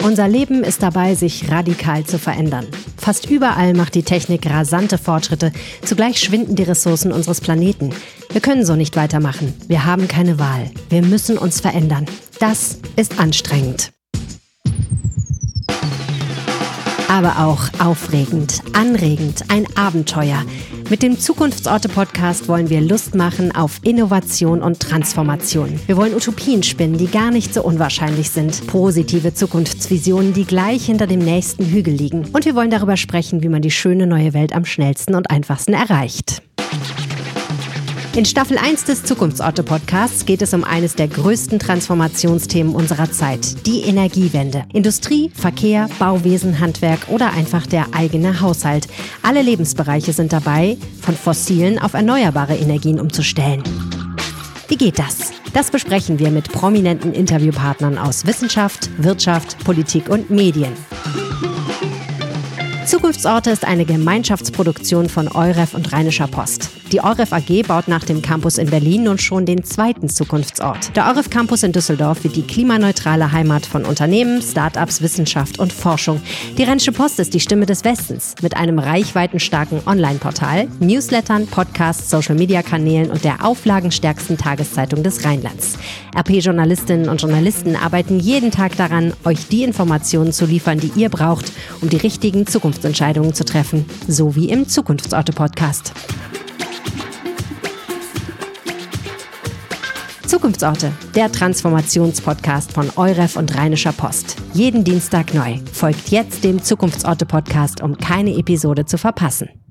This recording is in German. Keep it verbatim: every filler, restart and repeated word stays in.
Unser Leben ist dabei, sich radikal zu verändern. Fast überall macht die Technik rasante Fortschritte. Zugleich schwinden die Ressourcen unseres Planeten. Wir können so nicht weitermachen. Wir haben keine Wahl. Wir müssen uns verändern. Das ist anstrengend. Aber auch aufregend, anregend, ein Abenteuer. Mit dem Zukunftsorte-Podcast wollen wir Lust machen auf Innovation und Transformation. Wir wollen Utopien spinnen, die gar nicht so unwahrscheinlich sind. Positive Zukunftsvisionen, die gleich hinter dem nächsten Hügel liegen. Und wir wollen darüber sprechen, wie man die schöne neue Welt am schnellsten und einfachsten erreicht. In Staffel eins des Zukunftsorte-Podcasts geht es um eines der größten Transformationsthemen unserer Zeit, die Energiewende. Industrie, Verkehr, Bauwesen, Handwerk oder einfach der eigene Haushalt. Alle Lebensbereiche sind dabei, von fossilen auf erneuerbare Energien umzustellen. Wie geht das? Das besprechen wir mit prominenten Interviewpartnern aus Wissenschaft, Wirtschaft, Politik und Medien. Zukunftsorte ist eine Gemeinschaftsproduktion von EUREF und Rheinischer Post. Die EUREF A G baut nach dem Campus in Berlin nun schon den zweiten Zukunftsort. Der EUREF Campus in Düsseldorf wird die klimaneutrale Heimat von Unternehmen, Start-ups, Wissenschaft und Forschung. Die Rheinische Post ist die Stimme des Westens mit einem reichweitenstarken Online-Portal, Newslettern, Podcasts, Social-Media-Kanälen und der auflagenstärksten Tageszeitung des Rheinlands. R P-Journalistinnen und Journalisten arbeiten jeden Tag daran, euch die Informationen zu liefern, die ihr braucht, um die richtigen Zukunftsentscheidungen zu treffen. So wie im Zukunftsorte-Podcast. Zukunftsorte, der Transformationspodcast von EUREF und Rheinischer Post. Jeden Dienstag neu. Folgt jetzt dem Zukunftsorte-Podcast, um keine Episode zu verpassen.